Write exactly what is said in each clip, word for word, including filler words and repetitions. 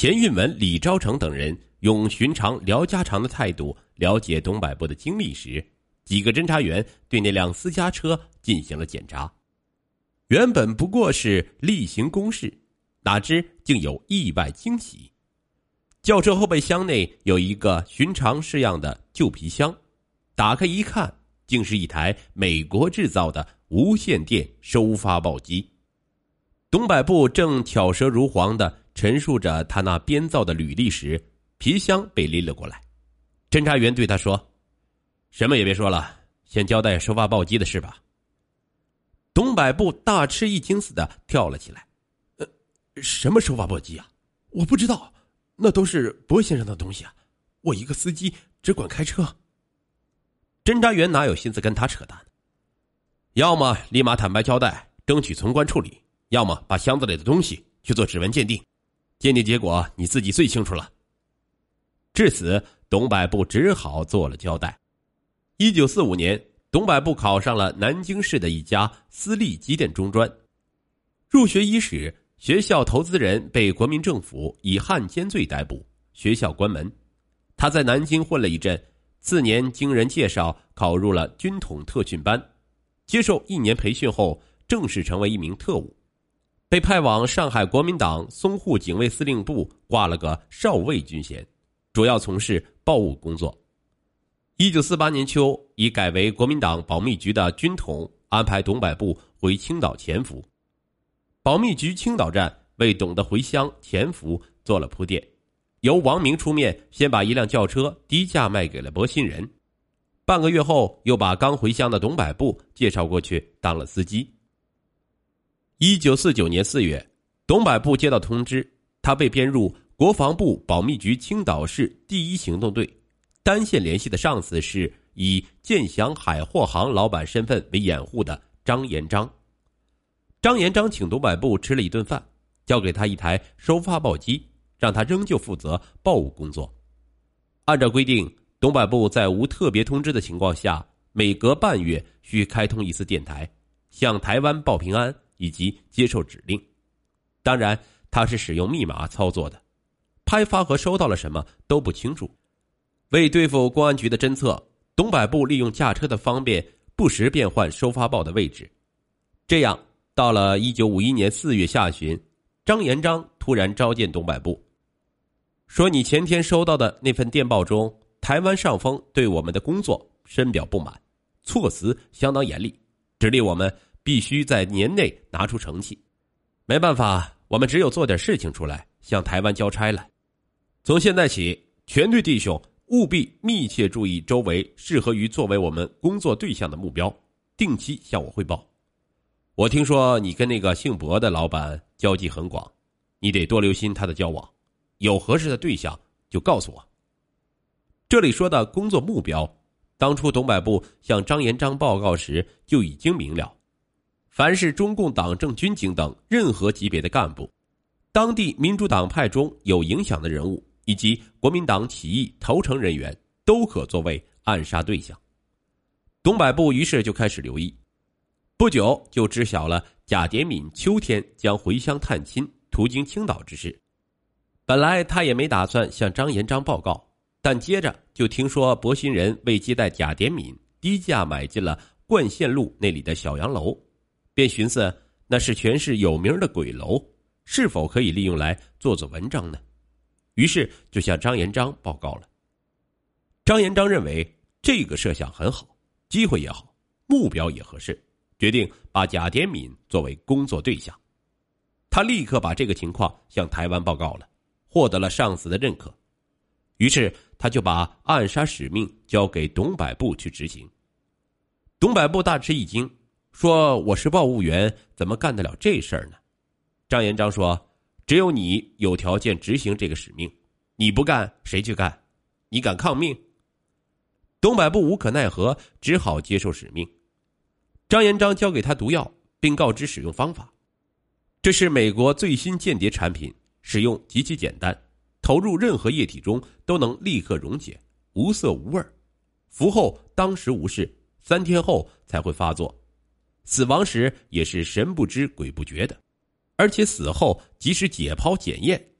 钱运文、李昭成等人用寻常聊家常的态度了解董百步的经历时，几个侦查员对那辆私家车进行了检查。原本不过是例行公事，哪知竟有意外惊喜。轿车后备箱内有一个寻常式样的旧皮箱，打开一看，竟是一台美国制造的无线电收发报机。董百步正巧舌如簧地陈述着他那编造的履历时，皮箱被拎了过来。侦查员对他说：什么也别说了，先交代收发报机的事吧。董百步大吃一惊似的跳了起来：呃，什么收发报机啊？我不知道，那都是薄先生的东西啊，我一个司机只管开车。侦查员哪有心思跟他扯淡呢？要么立马坦白交代，争取从宽处理，要么把箱子里的东西去做指纹鉴定，鉴定结果你自己最清楚了。至此，董百步只好做了交代。一九四五年，董百步考上了南京市的一家私立机电中专。入学伊始，学校投资人被国民政府以汉奸罪逮捕，学校关门。他在南京混了一阵，次年经人介绍考入了军统特训班，接受一年培训后，正式成为一名特务，被派往上海国民党淞沪警卫司令部挂了个少尉军衔，主要从事报务工作。一九四八年秋，已改为国民党保密局的军统安排董百步回青岛潜伏。保密局青岛站为董的回乡潜伏做了铺垫，由王明出面先把一辆轿车低价卖给了薄新人，半个月后又把刚回乡的董百步介绍过去当了司机。一九四九年四月，董百步接到通知，他被编入国防部保密局青岛市第一行动队，单线联系的上司是以建祥海货行老板身份为掩护的张延章。张延章请董百步吃了一顿饭，交给他一台收发报机，让他仍旧负责报务工作。按照规定，董百步在无特别通知的情况下，每隔半月需开通一次电台，向台湾报平安以及接受指令。当然，他是使用密码操作的，拍发和收到了什么都不清楚。为对付公安局的侦测，董百步利用驾车的方便，不时变换收发报的位置。这样，到了一九五一年四月下旬，张延章突然召见董百步，说：你前天收到的那份电报中，台湾上峰对我们的工作深表不满，措辞相当严厉，指令我们必须在年内拿出成绩。没办法，我们只有做点事情出来，向台湾交差了。从现在起，全队弟兄务必密切注意周围适合于作为我们工作对象的目标，定期向我汇报。我听说你跟那个姓薄的老板交际很广，你得多留心他的交往，有合适的对象就告诉我。这里说的工作目标，当初董百步向张延章报告时就已经明了，凡是中共党政军警等任何级别的干部，当地民主党派中有影响的人物，以及国民党起义投诚人员，都可作为暗杀对象。董百步于是就开始留意，不久就知晓了贾典敏秋天将回乡探亲途经青岛之事。本来他也没打算向张延章报告，但接着就听说薄新人为接待贾典敏，低价买进了冠县路那里的小洋楼，便寻思那是全市有名的鬼楼，是否可以利用来做做文章呢？于是就向张延章报告了。张延章认为这个设想很好，机会也好，目标也合适，决定把贾典敏作为工作对象。他立刻把这个情况向台湾报告了，获得了上司的认可。于是他就把暗杀使命交给董百步去执行。董百步大吃一惊，说：我是报务员，怎么干得了这事儿呢？张延章说：只有你有条件执行这个使命，你不干谁去干？你敢抗命？董百步无可奈何，只好接受使命。张延章交给他毒药，并告知使用方法。这是美国最新间谍产品，使用极其简单，投入任何液体中都能立刻溶解，无色无味，服后当时无事，三天后才会发作，死亡时也是神不知鬼不觉的，而且死后即使解剖检验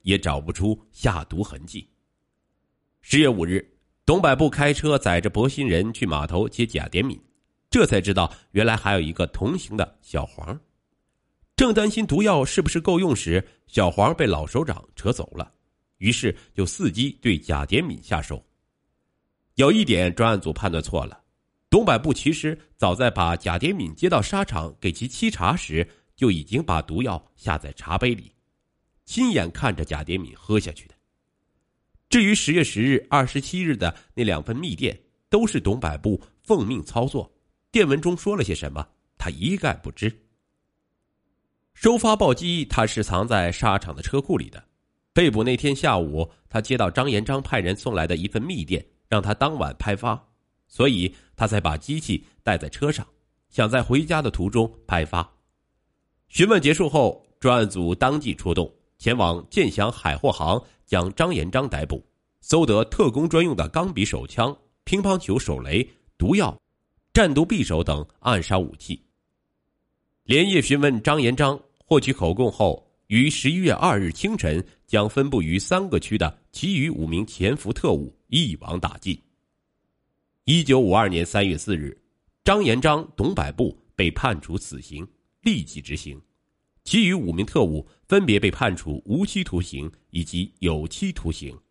也找不出下毒痕迹。十月五日，董百步开车载着薄心人去码头接贾典敏，这才知道原来还有一个同行的小黄。正担心毒药是不是够用时，小黄被老首长扯走了，于是就伺机对贾典敏下手。有一点专案组判断错了，董百步其实早在把贾典敏接到沙场给其沏茶时，就已经把毒药下在茶杯里，亲眼看着贾典敏喝下去的。至于十月十日、二十七日的那两份密电，都是董百步奉命操作，电文中说了些什么，他一概不知。收发报机他是藏在沙场的车库里的。被捕那天下午，他接到张延章派人送来的一份密电，让他当晚拍发，所以他才把机器带在车上，想在回家的途中拍发。询问结束后，专案组当即出动，前往建祥海货行将张延章逮捕，搜得特工专用的钢笔手枪、乒乓球手雷、毒药、战毒匕首等暗杀武器。连夜询问张延章，获取口供后，于十一月二日清晨将分布于三个区的其余五名潜伏特务一网打尽。一九五二年三月四日，张延章、董百步被判处死刑，立即执行，其余五名特务分别被判处无期徒刑以及有期徒刑。